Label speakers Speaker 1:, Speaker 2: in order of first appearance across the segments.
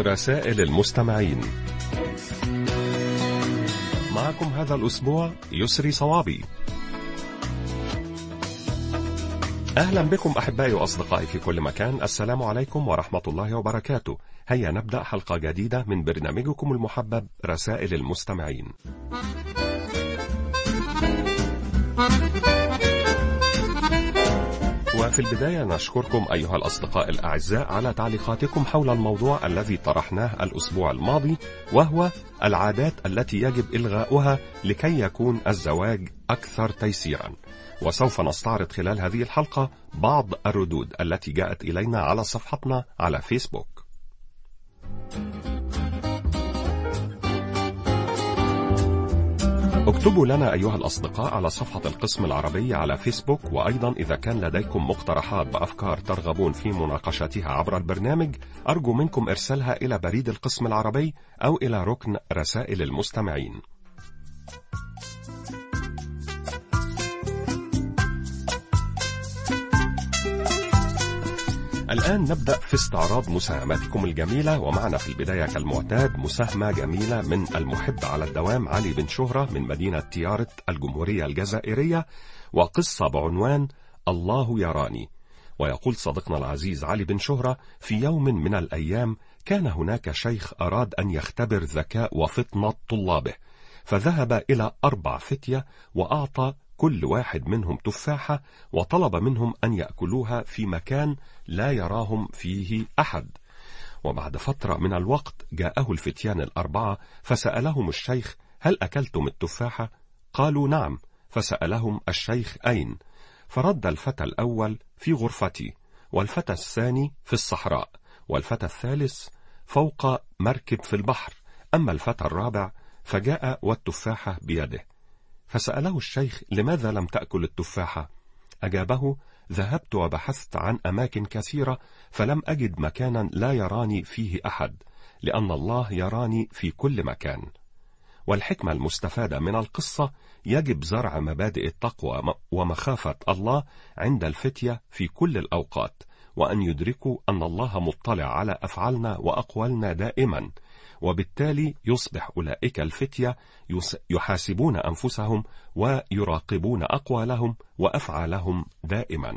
Speaker 1: رسائل المستمعين. معكم هذا الأسبوع يسري صوابي. أهلا بكم أحبائي وأصدقائي في كل مكان. السلام عليكم ورحمة الله وبركاته. هيا نبدأ حلقة جديدة من برنامجكم المحبب رسائل المستمعين. وفي البداية نشكركم أيها الأصدقاء الأعزاء على تعليقاتكم حول الموضوع الذي طرحناه الأسبوع الماضي، وهو العادات التي يجب إلغاؤها لكي يكون الزواج أكثر تيسيرا. وسوف نستعرض خلال هذه الحلقة بعض الردود التي جاءت إلينا على صفحتنا على فيسبوك. اكتبوا لنا أيها الأصدقاء على صفحة القسم العربي على فيسبوك، وأيضا إذا كان لديكم مقترحات بأفكار ترغبون في مناقشتها عبر البرنامج، أرجو منكم إرسالها إلى بريد القسم العربي أو إلى ركن رسائل المستمعين. الآن نبدأ في استعراض مساهماتكم الجميلة، ومعنا في البداية كالمعتاد مساهمة جميلة من المحب على الدوام علي بن شهرة من مدينة تيارت الجمهورية الجزائرية، وقصة بعنوان الله يراني. ويقول صديقنا العزيز علي بن شهرة: في يوم من الأيام كان هناك شيخ أراد أن يختبر ذكاء وفطنة طلابه، فذهب إلى 4 فتية وأعطى كل واحد منهم تفاحة، وطلب منهم أن يأكلوها في مكان لا يراهم فيه أحد. وبعد فترة من الوقت جاءه الفتيان 4 فسألهم الشيخ: هل أكلتم التفاحة؟ قالوا نعم. فسألهم الشيخ: أين؟ فرد الفتى الأول: في غرفتي، والفتى الثاني في الصحراء، والفتى الثالث فوق مركب في البحر، أما الفتى الرابع فجاء والتفاحة بيده. فسأله الشيخ: لماذا لم تأكل التفاحة؟ أجابه: ذهبت وبحثت عن أماكن كثيرة فلم أجد مكانا لا يراني فيه أحد، لأن الله يراني في كل مكان. والحكمة المستفادة من القصة: يجب زرع مبادئ التقوى ومخافة الله عند الفتية في كل الأوقات، وأن يدركوا أن الله مطلع على أفعالنا وأقوالنا دائما، وبالتالي يصبح أولئك الفتية يحاسبون أنفسهم ويراقبون أقوالهم وأفعالهم دائما.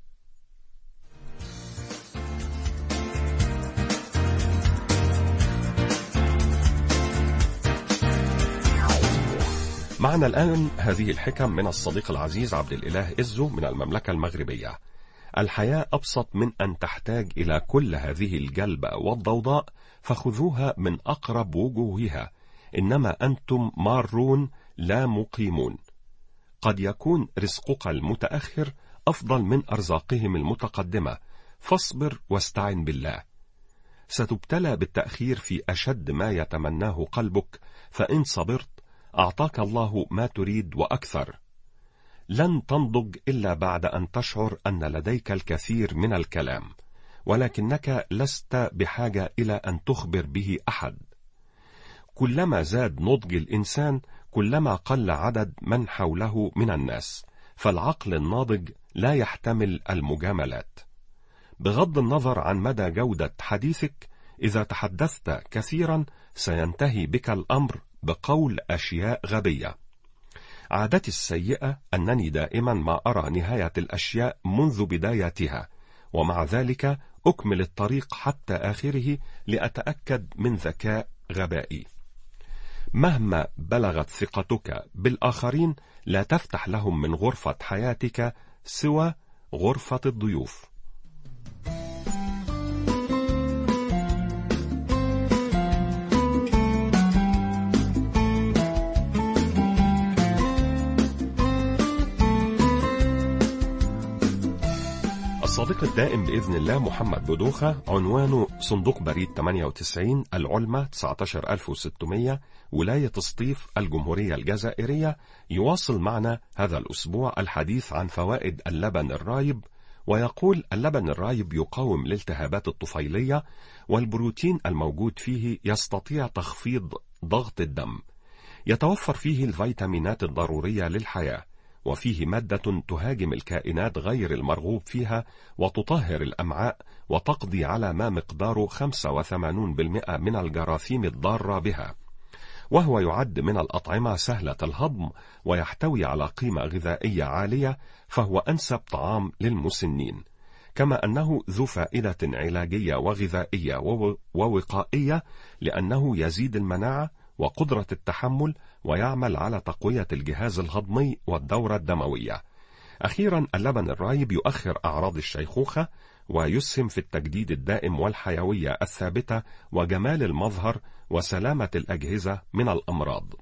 Speaker 1: معنا الآن هذه الحكم من الصديق العزيز عبد الإله إزو من المملكة المغربية: الحياة أبسط من أن تحتاج إلى كل هذه الجلبة والضوضاء، فخذوها من أقرب وجوهها، إنما أنتم مارون لا مقيمون. قد يكون رزقك المتأخر أفضل من أرزاقهم المتقدمة، فاصبر واستعن بالله. ستبتلى بالتأخير في أشد ما يتمناه قلبك، فإن صبرت أعطاك الله ما تريد وأكثر. لن تنضج إلا بعد أن تشعر أن لديك الكثير من الكلام، ولكنك لست بحاجة إلى أن تخبر به أحد. كلما زاد نضج الإنسان كلما قل عدد من حوله من الناس، فالعقل الناضج لا يحتمل المجاملات. بغض النظر عن مدى جودة حديثك، إذا تحدثت كثيرا سينتهي بك الأمر بقول أشياء غبية. عادتي السيئة أنني دائما ما أرى نهاية الأشياء منذ بدايتها، ومع ذلك أكمل الطريق حتى آخره لأتأكد من ذكاء غبائي. مهما بلغت ثقتك بالآخرين لا تفتح لهم من غرفة حياتك سوى غرفة الضيوف. الصديق الدائم بإذن الله محمد بدوخة، عنوانه صندوق بريد 98 العلمة 19600 ولاية سطيف الجمهورية الجزائرية، يواصل معنا هذا الأسبوع الحديث عن فوائد اللبن الرايب. ويقول: اللبن الرايب يقاوم الالتهابات الطفيلية، والبروتين الموجود فيه يستطيع تخفيض ضغط الدم. يتوفر فيه الفيتامينات الضرورية للحياة، وفيه مادة تهاجم الكائنات غير المرغوب فيها وتطهر الأمعاء وتقضي على ما مقداره 85% من الجراثيم الضارة بها، وهو يعد من الأطعمة سهلة الهضم ويحتوي على قيمة غذائية عالية، فهو أنسب طعام للمسنين، كما أنه ذو فائدة علاجية وغذائية ووقائية، لأنه يزيد المناعة وقدرة التحمل ويعمل على تقوية الجهاز الهضمي والدورة الدموية. أخيرا، اللبن الرايب يؤخر أعراض الشيخوخة ويسهم في التجديد الدائم والحيوية الثابتة وجمال المظهر وسلامة الأجهزة من الأمراض.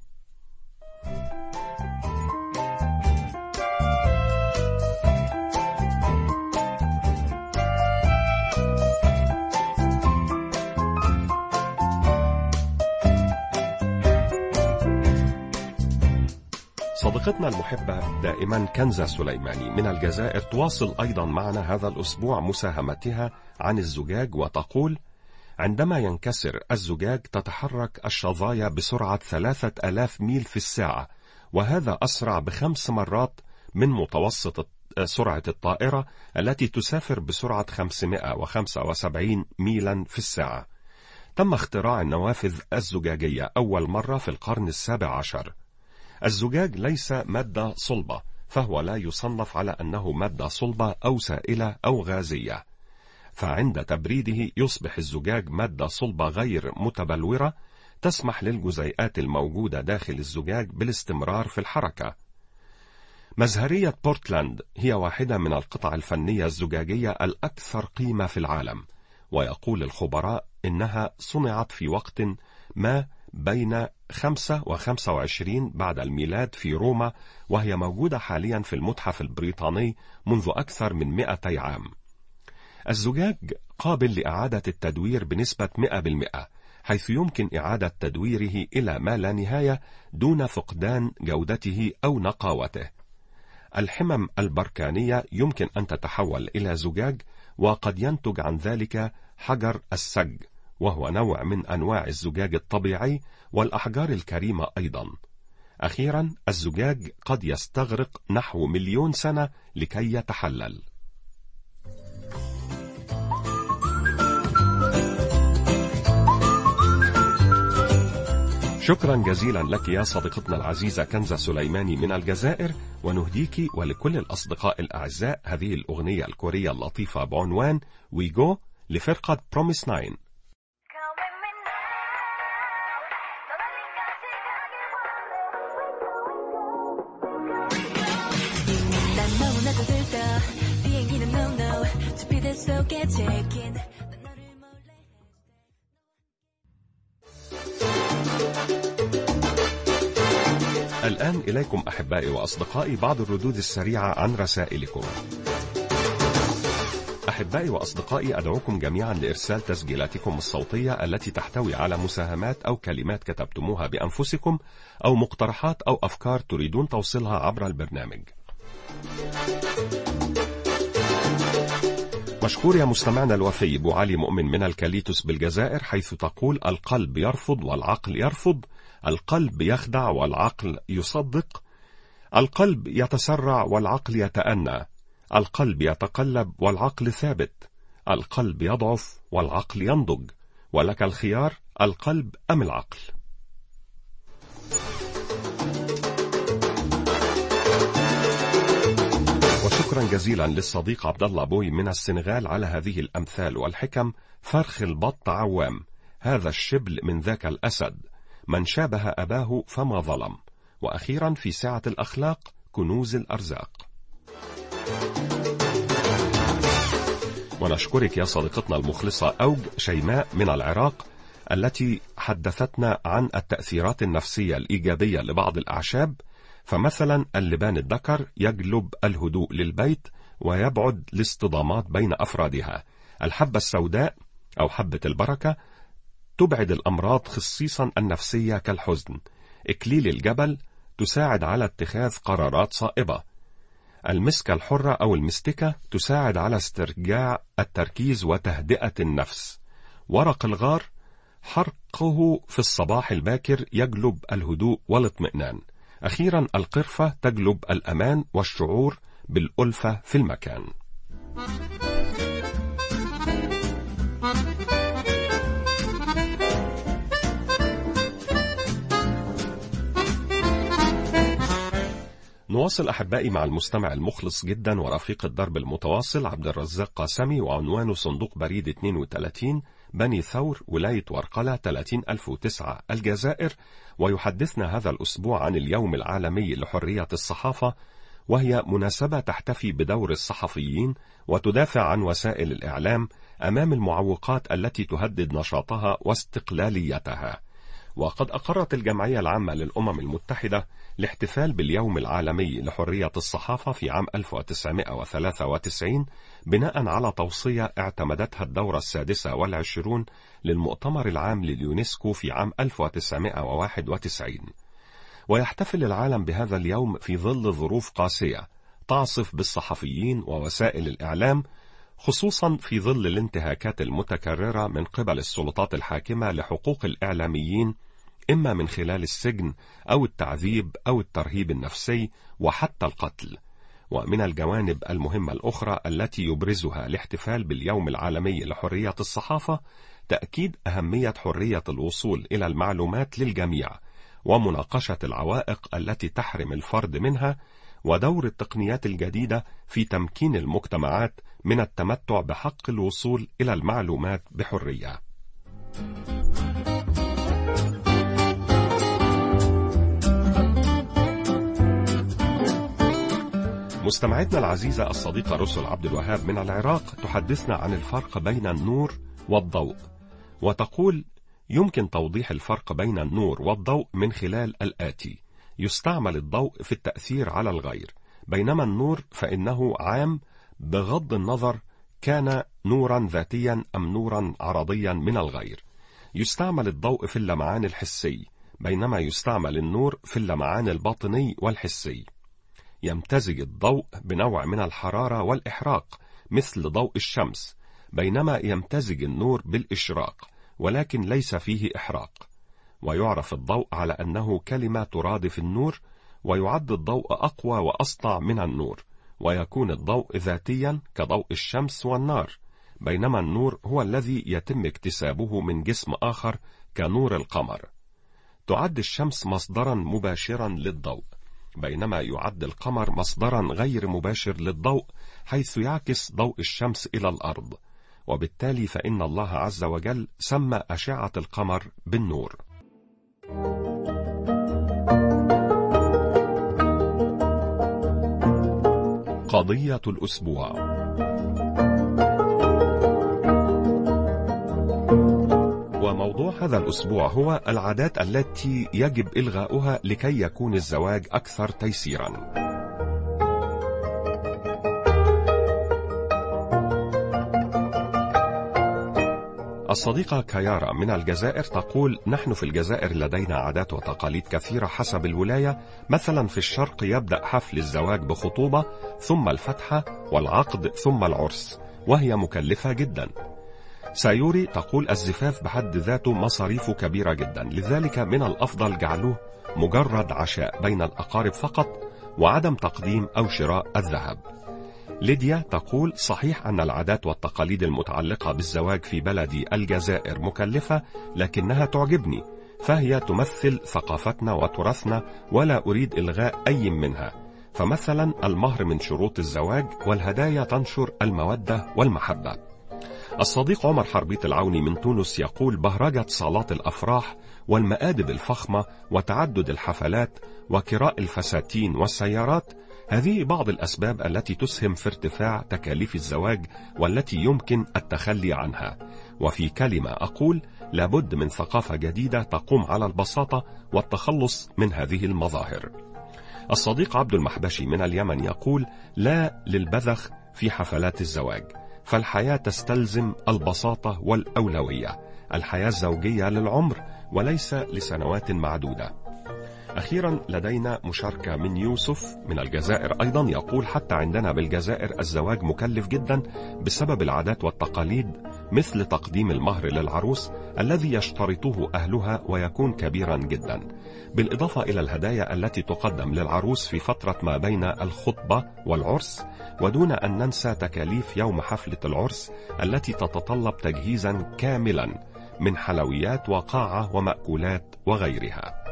Speaker 1: صديقتنا المحبة دائما كنزة سليماني من الجزائر تواصل أيضا معنا هذا الأسبوع مساهمتها عن الزجاج، وتقول: عندما ينكسر الزجاج تتحرك الشظايا بسرعة 3000 ميل في الساعة، وهذا أسرع ب5 مرات من متوسط سرعة الطائرة التي تسافر بسرعة 575 ميلا في الساعة. تم اختراع النوافذ الزجاجية أول مرة في القرن ال17. الزجاج ليس مادة صلبة، فهو لا يصنف على أنه مادة صلبة أو سائلة أو غازية، فعند تبريده يصبح الزجاج مادة صلبة غير متبلورة تسمح للجزيئات الموجودة داخل الزجاج بالاستمرار في الحركة. مزهرية بورتلاند هي واحدة من القطع الفنية الزجاجية الأكثر قيمة في العالم، ويقول الخبراء إنها صنعت في وقت ما بين 5 و25 بعد الميلاد في روما، وهي موجودة حاليا في المتحف البريطاني منذ أكثر من 200 عام. الزجاج قابل لإعادة التدوير بنسبة 100%، حيث يمكن إعادة تدويره إلى ما لا نهاية دون فقدان جودته أو نقاوته. الحمم البركانية يمكن أن تتحول إلى زجاج، وقد ينتج عن ذلك حجر السج، وهو نوع من أنواع الزجاج الطبيعي والأحجار الكريمة أيضا. أخيرا، الزجاج قد يستغرق نحو 1,000,000 سنة لكي يتحلل. شكرا جزيلا لك يا صديقتنا العزيزة كنزة سليماني من الجزائر، ونهديك ولكل الأصدقاء الأعزاء هذه الأغنية الكورية اللطيفة بعنوان ويجو لفرقة بروميس 9. الآن إليكم أحبائي وأصدقائي بعض الردود السريعة عن رسائلكم. أحبائي وأصدقائي، أدعوكم جميعا لإرسال تسجيلاتكم الصوتية التي تحتوي على مساهمات أو كلمات كتبتموها بأنفسكم، أو مقترحات أو أفكار تريدون توصيلها عبر البرنامج. مشكور يا مستمعنا الوفي بو علي مؤمن من الكاليتوس بالجزائر، حيث تقول: القلب يرفض والعقل يرفض، القلب يخدع والعقل يصدق، القلب يتسرع والعقل يتأنى، القلب يتقلب والعقل ثابت، القلب يضعف والعقل ينضج، ولك الخيار، القلب أم العقل. وشكرا جزيلا للصديق عبد الله بوي من السنغال على هذه الأمثال والحكم. فرخ البط عوام، هذا الشبل من ذاك الأسد، من شابه أباه فما ظلم. وأخيرا، في ساعة الأخلاق كنوز الأرزاق. ونشكرك يا صديقتنا المخلصة أوج شيماء من العراق، التي حدثتنا عن التأثيرات النفسية الإيجابية لبعض الأعشاب، فمثلا اللبان الذكر يجلب الهدوء للبيت ويبعد الاصطدامات بين أفرادها، الحبة السوداء أو حبة البركة تبعد الأمراض خصيصا النفسية كالحزن، إكليل الجبل تساعد على اتخاذ قرارات صائبة، المسكة الحرة أو المستكة تساعد على استرجاع التركيز وتهدئة النفس، ورق الغار حرقه في الصباح الباكر يجلب الهدوء والاطمئنان، أخيرا القرفة تجلب الأمان والشعور بالألفة في المكان. نواصل أحبائي مع المستمع المخلص جدا ورفيق الدرب المتواصل عبد الرزاق قاسمي، وعنوانه صندوق بريد 32 بني ثور ولاية ورقلة 30009 الجزائر، ويحدثنا هذا الأسبوع عن اليوم العالمي لحرية الصحافة، وهي مناسبة تحتفي بدور الصحفيين وتدافع عن وسائل الإعلام أمام المعوقات التي تهدد نشاطها واستقلاليتها. وقد أقرت الجمعية العامة للأمم المتحدة الاحتفال باليوم العالمي لحرية الصحافة في عام 1993 بناء على توصية اعتمدتها الدورة 26 للمؤتمر العام لليونسكو في عام 1991. ويحتفل العالم بهذا اليوم في ظل ظروف قاسية تعصف بالصحفيين ووسائل الإعلام، خصوصا في ظل الانتهاكات المتكررة من قبل السلطات الحاكمة لحقوق الإعلاميين، إما من خلال السجن أو التعذيب أو الترهيب النفسي وحتى القتل. ومن الجوانب المهمة الأخرى التي يبرزها الاحتفال باليوم العالمي لحرية الصحافة تأكيد أهمية حرية الوصول إلى المعلومات للجميع، ومناقشة العوائق التي تحرم الفرد منها، ودور التقنيات الجديدة في تمكين المجتمعات من التمتع بحق الوصول إلى المعلومات بحرية. مستمعتنا العزيزة الصديقة رسل عبد الوهاب من العراق تحدثنا عن الفرق بين النور والضوء، وتقول: يمكن توضيح الفرق بين النور والضوء من خلال الآتي: يستعمل الضوء في التأثير على الغير، بينما النور فإنه عام بغض النظر كان نورا ذاتيا أم نورا عرضيا من الغير. يستعمل الضوء في اللمعان الحسي، بينما يستعمل النور في اللمعان الباطني والحسي. يمتزج الضوء بنوع من الحرارة والإحراق مثل ضوء الشمس، بينما يمتزج النور بالإشراق ولكن ليس فيه إحراق. ويعرف الضوء على أنه كلمة ترادف النور، ويعد الضوء أقوى وأسطع من النور، ويكون الضوء ذاتيا كضوء الشمس والنار، بينما النور هو الذي يتم اكتسابه من جسم آخر كنور القمر. تعد الشمس مصدرا مباشرا للضوء، بينما يعد القمر مصدرا غير مباشر للضوء، حيث يعكس ضوء الشمس إلى الأرض، وبالتالي فإن الله عز وجل سمى أشعة القمر بالنور. قضية الأسبوع. وموضوع هذا الأسبوع هو العادات التي يجب إلغاؤها لكي يكون الزواج أكثر تيسيرا. الصديقة كيارا من الجزائر تقول: نحن في الجزائر لدينا عادات وتقاليد كثيرة حسب الولاية. مثلا في الشرق يبدأ حفل الزواج بخطوبة ثم الفتحة والعقد ثم العرس، وهي مكلفة جدا. سايوري تقول: الزفاف بحد ذاته مصاريفه كبيرة جدا، لذلك من الأفضل جعله مجرد عشاء بين الأقارب فقط وعدم تقديم أو شراء الذهب. ليديا تقول: صحيح أن العادات والتقاليد المتعلقة بالزواج في بلدي الجزائر مكلفة، لكنها تعجبني، فهي تمثل ثقافتنا وتراثنا ولا أريد إلغاء أي منها. فمثلا المهر من شروط الزواج، والهدايا تنشر المودة والمحبة. الصديق عمر حربيت العوني من تونس يقول: بهرجة صالات الأفراح والمآدب الفخمة وتعدد الحفلات وكراء الفساتين والسيارات، هذه بعض الأسباب التي تسهم في ارتفاع تكاليف الزواج والتي يمكن التخلي عنها. وفي كلمة أقول: لابد من ثقافة جديدة تقوم على البساطة والتخلص من هذه المظاهر. الصديق عبد المحبشي من اليمن يقول: لا للبذخ في حفلات الزواج، فالحياة تستلزم البساطة والأولوية. الحياة الزوجية للعمر وليس لسنوات معدودة. أخيرا لدينا مشاركة من يوسف من الجزائر أيضا يقول: حتى عندنا بالجزائر الزواج مكلف جدا بسبب العادات والتقاليد مثل تقديم المهر للعروس الذي يشترطه أهلها ويكون كبيرا جدا، بالإضافة إلى الهدايا التي تقدم للعروس في فترة ما بين الخطبة والعرس، ودون أن ننسى تكاليف يوم حفلة العرس التي تتطلب تجهيزا كاملا من حلويات وقاعة ومأكولات وغيرها.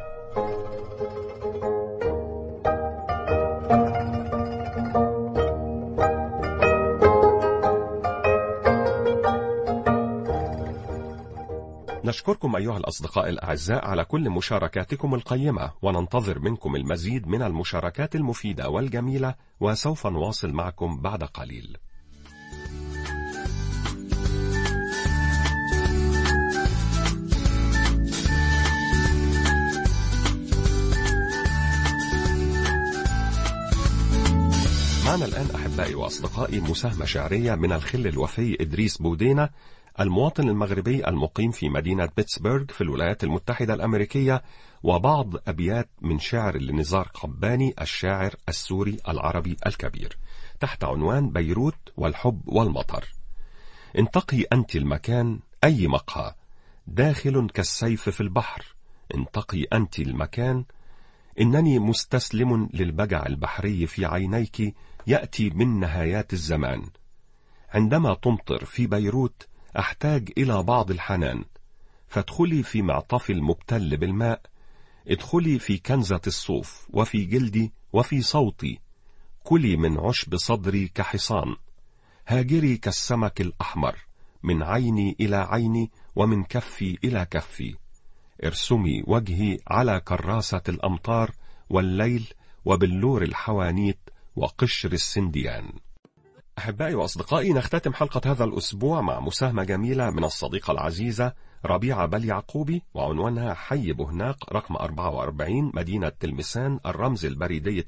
Speaker 1: نشكركم أيها الأصدقاء الأعزاء على كل مشاركاتكم القيمة، وننتظر منكم المزيد من المشاركات المفيدة والجميلة، وسوف نواصل معكم بعد قليل. معنا الآن أحبائي وأصدقائي مساهمة شعرية من الخل الوفي إدريس بودينا، المواطن المغربي المقيم في مدينة بيتسبرغ في الولايات المتحدة الأمريكية، وبعض أبيات من شعر لنزار قباني الشاعر السوري العربي الكبير تحت عنوان بيروت والحب والمطر. انتقي أنت المكان أي مقهى، داخل كالسيف في البحر، انتقي أنت المكان، إنني مستسلم للبجع البحري في عينيك يأتي من نهايات الزمان. عندما تمطر في بيروت أحتاج إلى بعض الحنان، فادخلي في معطف المبتل بالماء، ادخلي في كنزة الصوف وفي جلدي وفي صوتي، كلي من عشب صدري كحصان، هاجري كالسمك الأحمر، من عيني إلى عيني ومن كفي إلى كفي، ارسمي وجهي على كراسة الأمطار والليل وبلور الحوانيت وقشر السنديان. أحبائي وأصدقائي، نختتم حلقة هذا الأسبوع مع مساهمة جميلة من الصديقة العزيزة ربيعة بل يعقوبي، وعنوانها حي بهناق رقم 44 مدينة تلمسان الرمز البريدي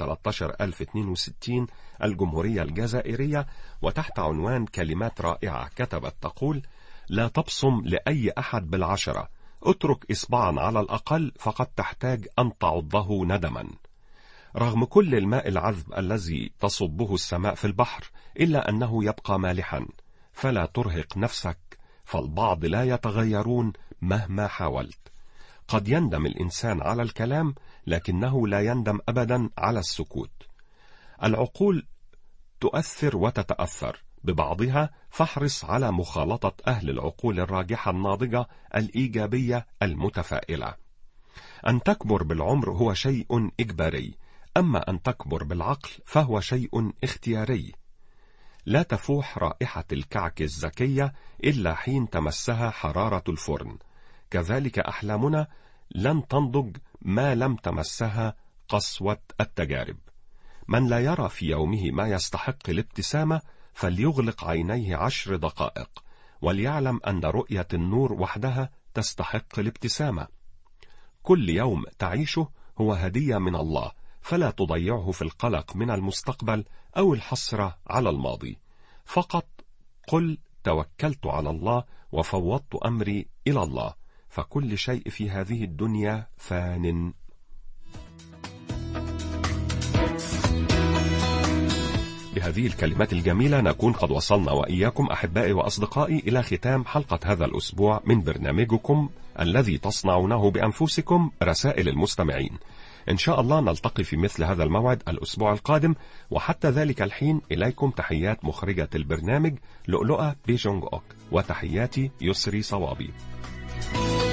Speaker 1: 13062 الجمهورية الجزائرية، وتحت عنوان كلمات رائعة كتبت تقول: لا تبصم لأي أحد بالعشرة، اترك إصبعا على الأقل فقد تحتاج أن تعضه ندما. رغم كل الماء العذب الذي تصبه السماء في البحر إلا أنه يبقى مالحا، فلا ترهق نفسك، فالبعض لا يتغيرون مهما حاولت. قد يندم الإنسان على الكلام لكنه لا يندم أبدا على السكوت. العقول تؤثر وتتأثر ببعضها، فاحرص على مخالطة أهل العقول الراجحة الناضجة الإيجابية المتفائلة. أن تكبر بالعمر هو شيء إجباري، أما أن تكبر بالعقل فهو شيء اختياري. لا تفوح رائحة الكعك الزكية إلا حين تمسها حرارة الفرن، كذلك أحلامنا لن تنضج ما لم تمسها قسوة التجارب. من لا يرى في يومه ما يستحق الابتسامة فليغلق عينيه 10 دقائق، وليعلم أن رؤية النور وحدها تستحق الابتسامة. كل يوم تعيشه هو هدية من الله، فلا تضيعه في القلق من المستقبل أو الحسرة على الماضي. فقط قل توكلت على الله وفوضت أمري إلى الله، فكل شيء في هذه الدنيا فان. بهذه الكلمات الجميلة نكون قد وصلنا وإياكم أحبائي وأصدقائي إلى ختام حلقة هذا الأسبوع من برنامجكم الذي تصنعونه بأنفسكم، رسائل المستمعين. إن شاء الله نلتقي في مثل هذا الموعد الأسبوع القادم، وحتى ذلك الحين إليكم تحيات مخرجة البرنامج لؤلؤة بيجونغ أوك، وتحياتي يسري صوابي.